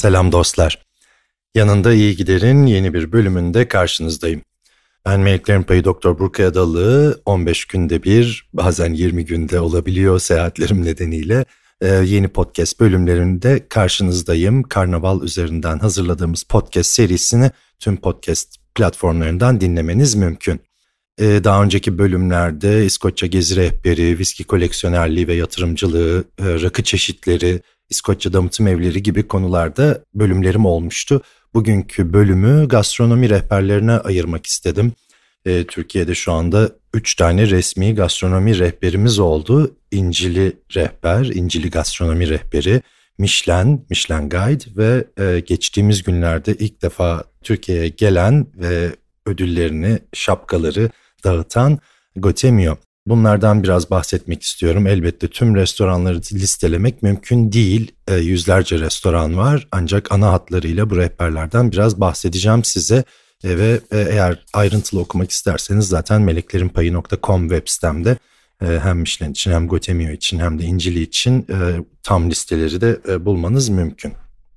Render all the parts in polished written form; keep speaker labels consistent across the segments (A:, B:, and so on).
A: Selam dostlar. Yanında iyi giderin yeni bir bölümünde karşınızdayım. Ben Meleklerin Payı Doktor Burkay Adalı. 15 günde bir, bazen 20 günde olabiliyor seyahatlerim nedeniyle. Yeni podcast bölümlerinde karşınızdayım. Karnaval üzerinden hazırladığımız podcast serisini tüm podcast platformlarından dinlemeniz mümkün. Daha önceki bölümlerde İskoçya gezi rehberi, viski koleksiyonerliği ve yatırımcılığı, rakı çeşitleri, İskoçya damıtım evleri gibi konularda bölümlerim olmuştu. Bugünkü bölümü gastronomi rehberlerine ayırmak istedim. Türkiye'de şu anda 3 tane resmi gastronomi rehberimiz oldu. İncili Rehber, İncili Gastronomi Rehberi, Michelin Guide ve geçtiğimiz günlerde ilk defa Türkiye'ye gelen ve ödüllerini, şapkaları dağıtan Gotemio. Bunlardan biraz bahsetmek istiyorum. Elbette tüm restoranları listelemek mümkün değil. Yüzlerce restoran var. Ancak ana hatlarıyla bu rehberlerden biraz bahsedeceğim size. Ve eğer ayrıntılı okumak isterseniz zaten meleklerinpayı.com web sitemde hem Michelin için hem Gotemio için hem de İncili için tam listeleri de bulmanız mümkün.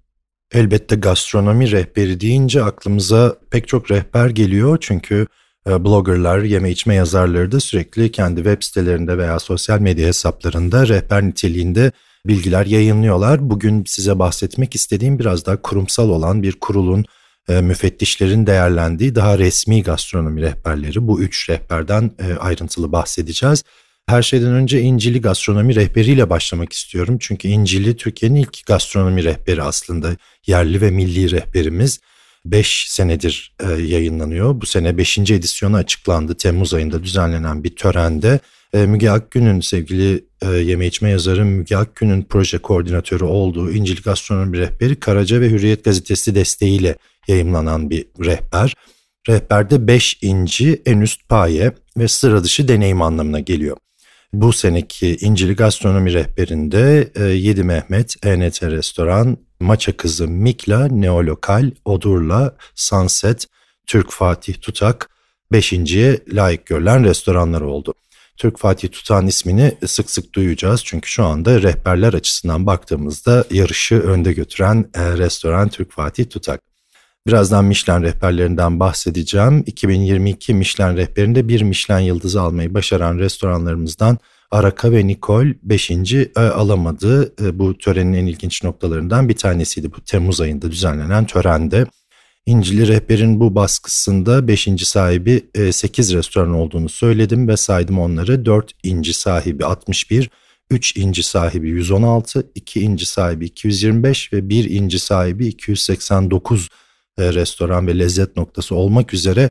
A: Elbette gastronomi rehberi deyince aklımıza pek çok rehber geliyor. Çünkü bloggerlar, yeme içme yazarları da sürekli kendi web sitelerinde veya sosyal medya hesaplarında rehber niteliğinde bilgiler yayınlıyorlar. Bugün size bahsetmek istediğim biraz daha kurumsal olan bir kurulun, müfettişlerin değerlendiği daha resmi gastronomi rehberleri. Bu 3 rehberden ayrıntılı bahsedeceğiz. Her şeyden önce İncili Gastronomi Rehberiyle başlamak istiyorum. Çünkü İncili Türkiye'nin ilk gastronomi rehberi aslında. Yerli ve milli rehberimiz. 5 senedir yayınlanıyor. Bu sene 5. edisyonu açıklandı. Temmuz ayında düzenlenen bir törende Müge Akgün'ün, sevgili yeme içme yazarı Müge Akgün'ün proje koordinatörü olduğu İncili Gastronomi Rehberi Karaca ve Hürriyet Gazetesi desteğiyle yayımlanan bir rehber. Rehberde 5 inci, en üst paye ve sıra dışı deneyim anlamına geliyor. Bu seneki İncili Gastronomi Rehberi'nde 7 Mehmet, ENT Restoran, Maça Kızı, Mikla, Neolokal, Odurla, Sunset, Türk Fatih Tutak 5.'ye layık görülen restoranlar oldu. Türk Fatih Tutak'ın ismini sık sık duyacağız çünkü şu anda rehberler açısından baktığımızda yarışı önde götüren restoran Türk Fatih Tutak. Birazdan Michelin rehberlerinden bahsedeceğim. 2022 Michelin rehberinde bir Michelin yıldızı almayı başaran restoranlarımızdan Araka ve Nicole 5. alamadı. Bu törenin en ilginç noktalarından bir tanesiydi bu Temmuz ayında düzenlenen törende. İncili rehberin bu baskısında 5. sahibi 8 restoran olduğunu söyledim ve saydım onları. 4 inci sahibi 61, 3 inci sahibi 116, 2 inci sahibi 225 ve 1 inci sahibi 289 restoran ve lezzet noktası olmak üzere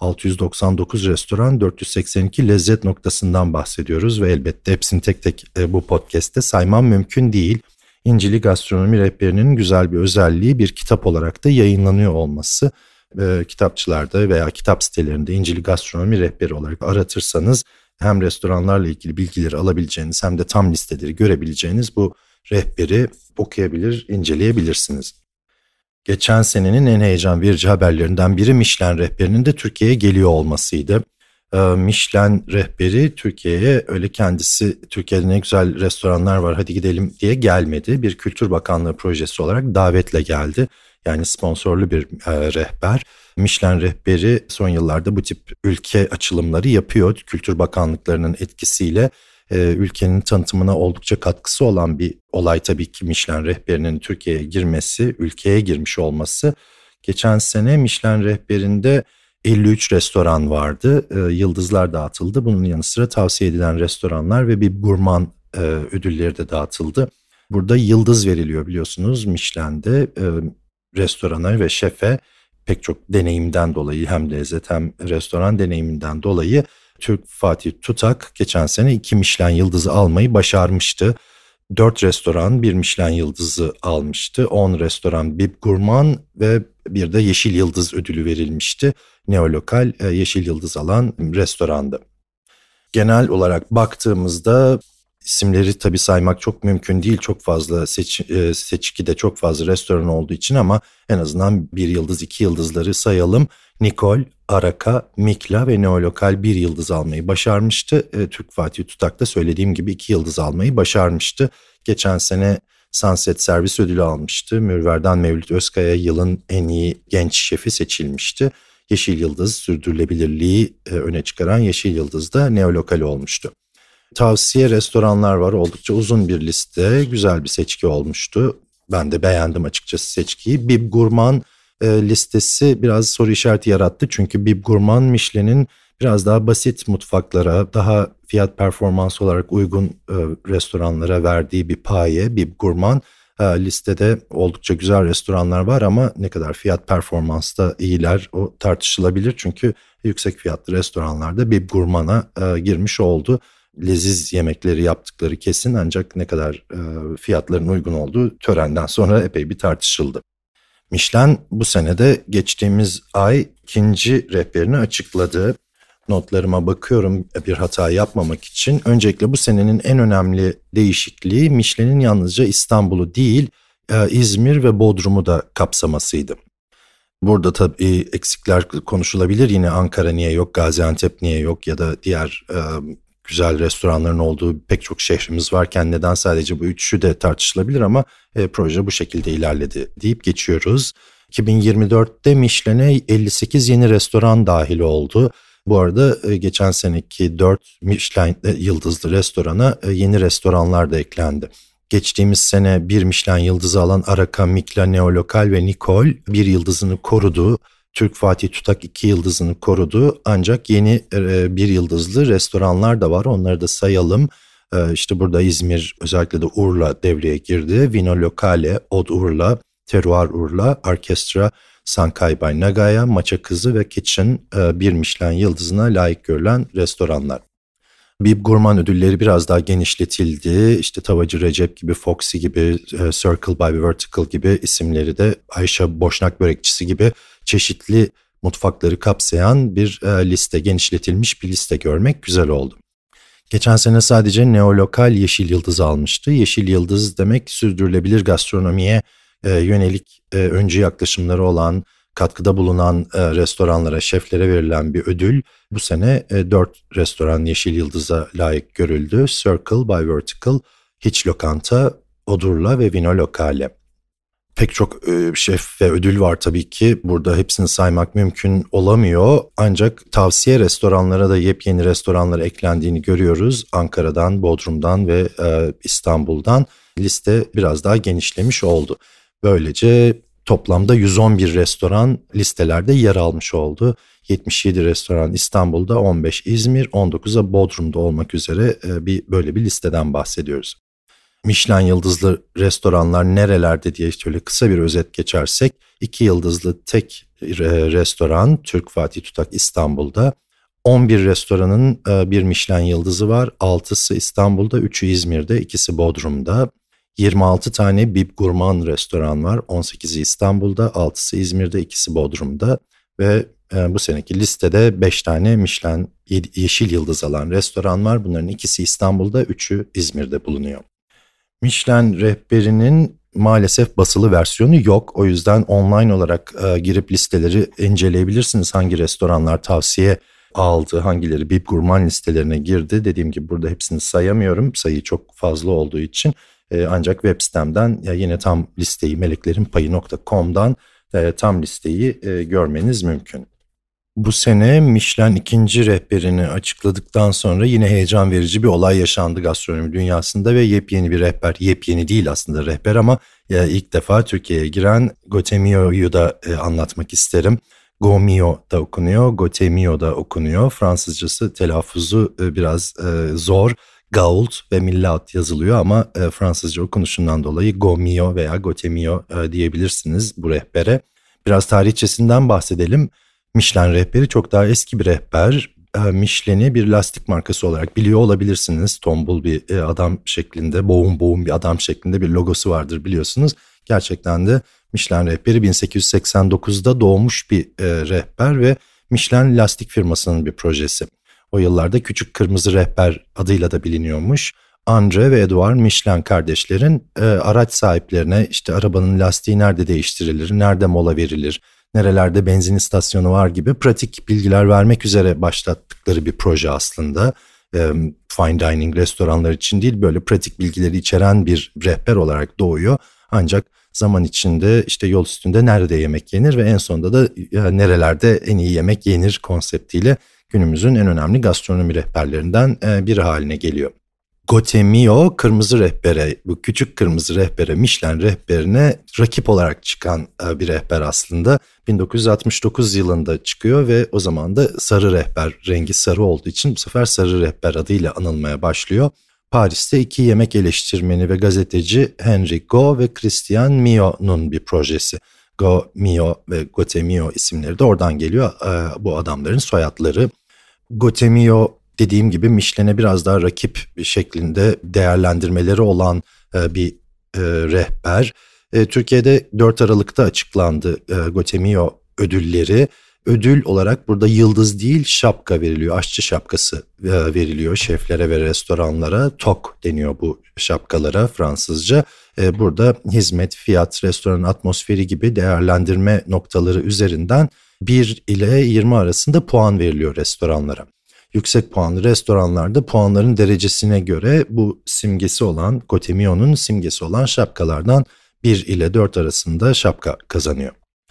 A: 699 restoran, 482 lezzet noktasından bahsediyoruz ve elbette hepsini tek tek bu podcast'te saymam mümkün değil. İncili Gastronomi Rehberi'nin güzel bir özelliği bir kitap olarak da yayınlanıyor olması. Kitapçılarda veya kitap sitelerinde İncili Gastronomi Rehberi olarak aratırsanız hem restoranlarla ilgili bilgileri alabileceğiniz hem de tam listeleri görebileceğiniz bu rehberi okuyabilir, inceleyebilirsiniz. Geçen senenin en heyecan verici haberlerinden biri Michelin rehberinin de Türkiye'ye geliyor olmasıydı. Michelin rehberi Türkiye'ye öyle kendisi Türkiye'de ne güzel restoranlar var hadi gidelim diye gelmedi. Bir Kültür Bakanlığı projesi olarak davetle geldi. Yani sponsorlu bir rehber. Michelin rehberi son yıllarda bu tip ülke açılımları yapıyor. Kültür Bakanlıklarının etkisiyle ülkenin tanıtımına oldukça katkısı olan bir olay tabii ki Michelin rehberinin Türkiye'ye girmesi, ülkeye girmiş olması. Geçen sene Michelin rehberinde 53 restoran vardı. Yıldızlar dağıtıldı. Bunun yanı sıra tavsiye edilen restoranlar ve bir gurman ödülleri de dağıtıldı. Burada yıldız veriliyor biliyorsunuz Michelin'de restorana ve şefe pek çok deneyimden dolayı hem lezzet hem restoran deneyiminden dolayı Türk Fatih Tutak geçen sene 2 Michelin yıldızı almayı başarmıştı. 4 restoran 1 Michelin yıldızı almıştı. 10 restoran bir gurman ve bir de Yeşil Yıldız ödülü verilmişti. Neolokal Yeşil Yıldız alan restorandı. Genel olarak baktığımızda isimleri tabii saymak çok mümkün değil. Çok fazla seçkide çok fazla restoran olduğu için ama en azından 1 yıldız 2 yıldızları sayalım. Nicole, Araka, Mikla ve Neolokal 1 yıldız almayı başarmıştı. Türk Fatih Tutak da söylediğim gibi 2 yıldız almayı başarmıştı. Geçen sene Sunset Servis ödülü almıştı. Mürver'den Mevlüt Özkaya yılın en iyi genç şefi seçilmişti. Yeşil Yıldız sürdürülebilirliği öne çıkaran Yeşil Yıldız da neolokal olmuştu. Tavsiye restoranlar var. Oldukça uzun bir liste. Güzel bir seçki olmuştu. Ben de beğendim açıkçası seçkiyi. Bib Gurman listesi biraz soru işareti yarattı. Çünkü Bib Gurman Michelin'in biraz daha basit mutfaklara, daha fiyat performans olarak uygun restoranlara verdiği bir paye. Bib Gurman listede oldukça güzel restoranlar var ama ne kadar fiyat performansta iyiler o tartışılabilir. Çünkü yüksek fiyatlı restoranlarda Bib Gurman'a girmiş oldu. Leziz yemekleri yaptıkları kesin ancak ne kadar fiyatların uygun olduğu törenden sonra epey bir tartışıldı. Michelin bu senede geçtiğimiz ay ikinci rehberini açıkladı. Notlarıma bakıyorum bir hata yapmamak için. Öncelikle bu senenin en önemli değişikliği Michelin'in yalnızca İstanbul'u değil İzmir ve Bodrum'u da kapsamasıydı. Burada tabii eksikler konuşulabilir. Yine Ankara niye yok, Gaziantep niye yok ya da diğer güzel restoranların olduğu pek çok şehrimiz varken neden sadece bu üçü de tartışılabilir ama proje bu şekilde ilerledi deyip geçiyoruz. 2024'te Michelin'e 58 yeni restoran dahil oldu. Bu arada geçen seneki 4 Michelin yıldızlı restorana yeni restoranlar da eklendi. Geçtiğimiz sene bir Michelin yıldızı alan Araka, Mikla, Neolokal ve Nikol bir yıldızını korudu. Türk Fatih Tutak 2 yıldızını korudu ancak yeni bir yıldızlı restoranlar da var, onları da sayalım. İşte burada İzmir, özellikle de Urla devreye girdi. Vino Locale, Od Urla, Terroir Urla, Orkestra, Sankay by Nagaya, Maça Kızı ve Kitchen bir Michelin yıldızına layık görülen restoranlar. Bib Gurman ödülleri biraz daha genişletildi. İşte Tavacı Recep gibi, Foxy gibi, Circle by Vertical gibi isimleri de Ayşe Boşnak Börekçisi gibi çeşitli mutfakları kapsayan bir liste, genişletilmiş bir liste görmek güzel oldu. Geçen sene sadece neolokal Yeşil Yıldız almıştı. Yeşil Yıldız demek sürdürülebilir gastronomiye yönelik öncü yaklaşımları olan, katkıda bulunan restoranlara, şeflere verilen bir ödül. Bu sene 4 restoran Yeşil Yıldız'a layık görüldü. Circle by Vertical, Hiç Lokanta, Odurla ve Vino Locale. Pek çok şef ve ödül var tabii ki. Burada hepsini saymak mümkün olamıyor. Ancak tavsiye restoranlara da yepyeni restoranlar eklendiğini görüyoruz. Ankara'dan, Bodrum'dan ve İstanbul'dan liste biraz daha genişlemiş oldu. Böylece toplamda 111 restoran listelerde yer almış oldu. 77 restoran İstanbul'da, 15 İzmir, 19'a Bodrum'da olmak üzere böyle bir listeden bahsediyoruz. Michelin yıldızlı restoranlar nerelerde diye şöyle kısa bir özet geçersek, 2 yıldızlı tek restoran Türk Fatih Tutak İstanbul'da, 11 restoranın bir Michelin yıldızı var, 6'sı İstanbul'da, 3'ü İzmir'de, 2'si Bodrum'da. 26 tane Bib Gurman restoran var, 18'i İstanbul'da, 6'sı İzmir'de, 2'si Bodrum'da ve bu seneki listede 5 tane Michelin yeşil yıldız alan restoran var. Bunların ikisi İstanbul'da, 3'ü İzmir'de bulunuyor. Michelin rehberinin maalesef basılı versiyonu yok. O yüzden online olarak girip listeleri inceleyebilirsiniz. Hangi restoranlar tavsiye aldı, hangileri Bib Gurman listelerine girdi. Dediğim gibi burada hepsini sayamıyorum. Sayı çok fazla olduğu için. Ancak web sitemden yine tam listeyi meleklerinpayı.com'dan tam listeyi görmeniz mümkün. Bu sene Michelin ikinci rehberini açıkladıktan sonra yine heyecan verici bir olay yaşandı gastronomi dünyasında ve yepyeni bir rehber, yepyeni değil aslında rehber ama ilk defa Türkiye'ye giren Gotemio'yu da anlatmak isterim. Gomio da okunuyor, Gotemio da okunuyor. Fransızcası telaffuzu biraz zor. Gault ve Millat yazılıyor ama Fransızca okunuşundan dolayı Gomio veya Gotemio diyebilirsiniz bu rehbere. Biraz tarihçesinden bahsedelim. Michelin rehberi çok daha eski bir rehber. Michelin'i bir lastik markası olarak biliyor olabilirsiniz. Tombul bir adam şeklinde, boğum bir adam şeklinde bir logosu vardır biliyorsunuz. Gerçekten de Michelin rehberi 1889'da doğmuş bir rehber ve Michelin lastik firmasının bir projesi. O yıllarda Küçük Kırmızı Rehber adıyla da biliniyormuş. Andre ve Edouard Michelin kardeşlerin araç sahiplerine işte arabanın lastiği nerede değiştirilir, nerede mola verilir, nerelerde benzin istasyonu var gibi pratik bilgiler vermek üzere başlattıkları bir proje aslında. fine dining restoranlar için değil, böyle pratik bilgileri içeren bir rehber olarak doğuyor. Ancak zaman içinde işte yol üstünde nerede yemek yenir ve en sonunda da nerelerde en iyi yemek yenir konseptiyle günümüzün en önemli gastronomi rehberlerinden biri haline geliyor. Gotemio kırmızı rehbere, bu küçük kırmızı rehbere, Michelin rehberine rakip olarak çıkan bir rehber aslında. 1969 yılında çıkıyor ve o zaman da sarı rehber, rengi sarı olduğu için bu sefer sarı rehber adıyla anılmaya başlıyor. Paris'te iki yemek eleştirmeni ve gazeteci Henri Gault ve Christian Mio'nun bir projesi. Gault, Mio ve Gotemio isimleri de oradan geliyor, bu adamların soyadları. Gotemio dediğim gibi Michelin'e biraz daha rakip şeklinde değerlendirmeleri olan bir rehber. Türkiye'de 4 Aralık'ta açıklandı Gotemio ödülleri. Ödül olarak burada yıldız değil şapka veriliyor. Aşçı şapkası veriliyor şeflere ve restoranlara. Tok deniyor bu şapkalara Fransızca. Burada hizmet, fiyat, restoranın atmosferi gibi değerlendirme noktaları üzerinden 1 ile 20 arasında puan veriliyor restoranlara. Yüksek puanlı restoranlarda puanların derecesine göre bu simgesi olan, Gotemio'nun simgesi olan şapkalardan 1 ile 4 arasında şapka kazanıyor.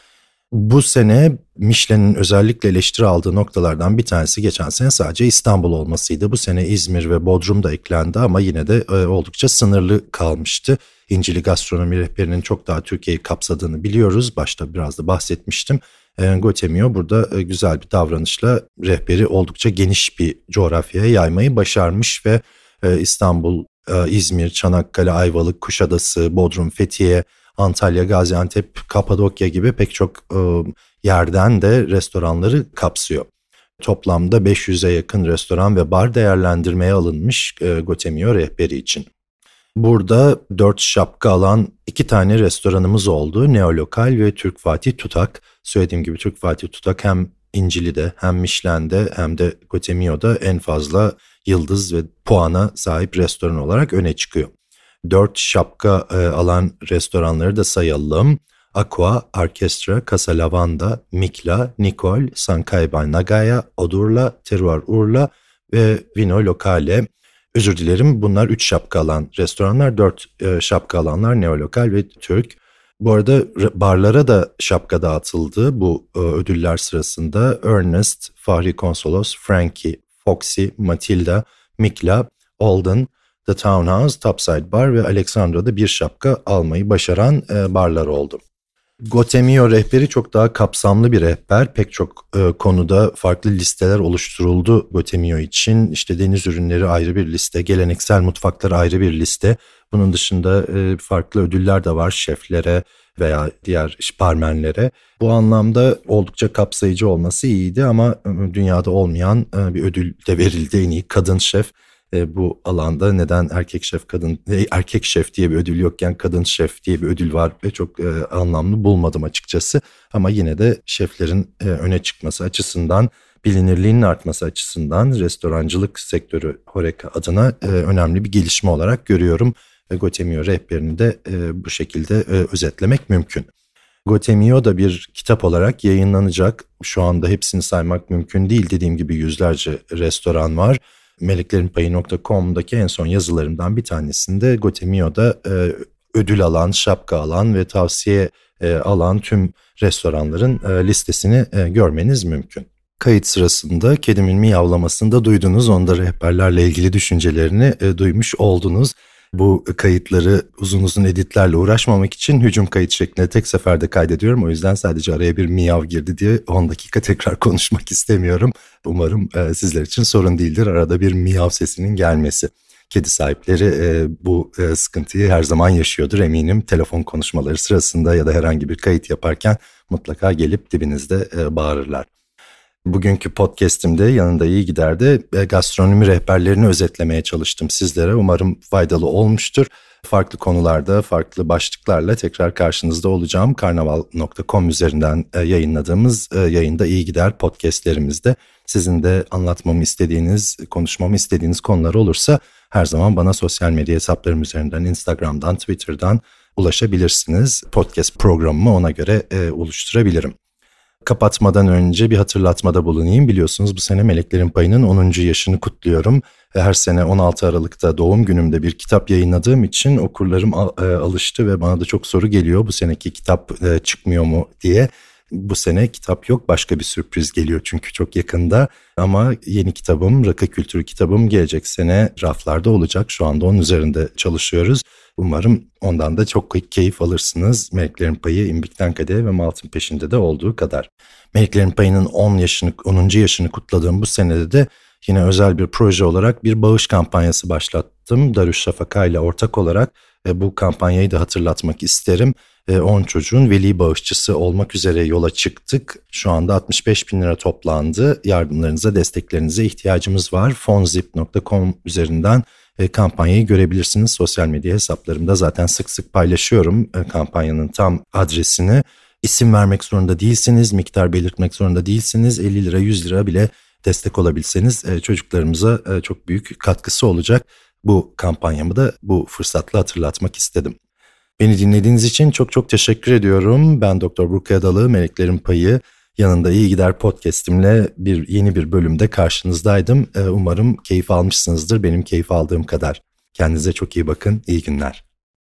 A: Bu sene Michelin'in özellikle eleştiri aldığı noktalardan bir tanesi geçen sene sadece İstanbul olmasıydı. Bu sene İzmir ve Bodrum da eklendi ama yine de oldukça sınırlı kalmıştı. İncili Gastronomi Rehberi'nin çok daha Türkiye'yi kapsadığını biliyoruz. Başta biraz da bahsetmiştim. Gotemio burada güzel bir davranışla rehberi oldukça geniş bir coğrafyaya yaymayı başarmış ve İstanbul, İzmir, Çanakkale, Ayvalık, Kuşadası, Bodrum, Fethiye, Antalya, Gaziantep, Kapadokya gibi pek çok yerden de restoranları kapsıyor. Toplamda 500'e yakın restoran ve bar değerlendirmeye alınmış Gotemio rehberi için. Burada 4 şapka alan 2 tane restoranımız oldu. Neolokal ve Türk Fatih Tutak. Söylediğim gibi Türk Fatih Tutak hem İncili'de hem Michelin'de hem de Gotemio'da en fazla yıldız ve puana sahip restoran olarak öne çıkıyor. 4 şapka alan restoranları da sayalım. Aqua, Orkestra, Casa Lavanda, Mikla, Nicole, Sankay by Nagaya, Odurla, Terroir Urla ve Vino Locale. Özür dilerim, bunlar 3 şapka alan restoranlar, 4 şapka alanlar Neolokal ve Türk. Bu arada barlara da şapka dağıtıldı bu ödüller sırasında. Ernest, Fahri Konsolos, Frankie, Foxy, Matilda, Mikla, Alden, The Townhouse, Topside Bar ve Alexandra'da bir şapka almayı başaran barlar oldu. Gotemio rehberi çok daha kapsamlı bir rehber. Pek çok konuda farklı listeler oluşturuldu Gotemio için. İşte deniz ürünleri ayrı bir liste, geleneksel mutfaklar ayrı bir liste. Bunun dışında farklı ödüller de var şeflere veya diğer barmenlere. Bu anlamda oldukça kapsayıcı olması iyiydi ama dünyada olmayan bir ödül de verildi, en iyi kadın şef. Bu alanda neden erkek şef diye bir ödül yokken kadın şef diye bir ödül var ve çok anlamlı bulmadım açıkçası. Ama yine de şeflerin öne çıkması açısından, bilinirliğinin artması açısından restorancılık sektörü HoReCa adına önemli bir gelişme olarak görüyorum. Gotemio rehberini de bu şekilde özetlemek mümkün. Gotemio da bir kitap olarak yayınlanacak. Şu anda hepsini saymak mümkün değil. Dediğim gibi yüzlerce restoran var. Meleklerinpayı.com'daki en son yazılarımdan bir tanesinde Gotemio'da ödül alan, şapka alan ve tavsiye alan tüm restoranların listesini görmeniz mümkün. Kayıt sırasında kedimin miyavlamasını da duydunuz. Onda rehberlerle ilgili düşüncelerini duymuş oldunuz. Bu kayıtları uzun editlerle uğraşmamak için hücum kayıt şeklinde tek seferde kaydediyorum. O yüzden sadece araya bir miyav girdi diye 10 dakika tekrar konuşmak istemiyorum. Umarım sizler için sorun değildir arada bir miyav sesinin gelmesi. Kedi sahipleri bu sıkıntıyı her zaman yaşıyordur eminim. Telefon konuşmaları sırasında ya da herhangi bir kayıt yaparken mutlaka gelip dibinizde bağırırlar. Bugünkü podcast'imde Yanında İyi Gider'de gastronomi rehberlerini özetlemeye çalıştım sizlere. Umarım faydalı olmuştur. Farklı konularda, farklı başlıklarla tekrar karşınızda olacağım. Karnaval.com üzerinden yayınladığımız Yayında İyi Gider podcastlerimizde. Sizin de anlatmamı istediğiniz, konuşmamı istediğiniz konular olursa her zaman bana sosyal medya hesaplarım üzerinden, Instagram'dan, Twitter'dan ulaşabilirsiniz. Podcast programımı ona göre oluşturabilirim. Kapatmadan önce bir hatırlatmada bulunayım. Biliyorsunuz bu sene Meleklerin Payı'nın 10. yaşını kutluyorum. Her sene 16 Aralık'ta doğum günümde bir kitap yayınladığım için okurlarım alıştı ve bana da çok soru geliyor. Bu seneki kitap çıkmıyor mu diye. Bu sene kitap yok, başka bir sürpriz geliyor çünkü çok yakında. Ama yeni kitabım, rakı kültürü kitabım gelecek sene raflarda olacak. Şu anda onun üzerinde çalışıyoruz. Umarım ondan da çok keyif alırsınız. Meleklerin Payı, İmbik'ten Kadehe ve Malt'ın Peşinde de olduğu kadar. Meleklerin Payı'nın 10. yaşını kutladığım bu senede de yine özel bir proje olarak bir bağış kampanyası başlattım. Darüşşafaka ile ortak olarak bu kampanyayı da hatırlatmak isterim. 10 çocuğun veli bağışçısı olmak üzere yola çıktık. Şu anda 65 bin lira toplandı. Yardımlarınıza, desteklerinize ihtiyacımız var. fonzip.com üzerinden kampanyayı görebilirsiniz. Sosyal medya hesaplarımda zaten sık sık paylaşıyorum kampanyanın tam adresini. İsim vermek zorunda değilsiniz, miktar belirtmek zorunda değilsiniz. 50 lira, 100 lira bile destek olabilseniz çocuklarımıza çok büyük katkısı olacak. Bu kampanyamı da bu fırsatla hatırlatmak istedim. Beni dinlediğiniz için çok çok teşekkür ediyorum. Ben Doktor Burkay Adalı, Meleklerin Payı. Yanında İyi Gider podcast'imle yeni bir bölümde karşınızdaydım. Umarım keyif almışsınızdır benim keyif aldığım kadar. Kendinize çok iyi bakın, iyi günler.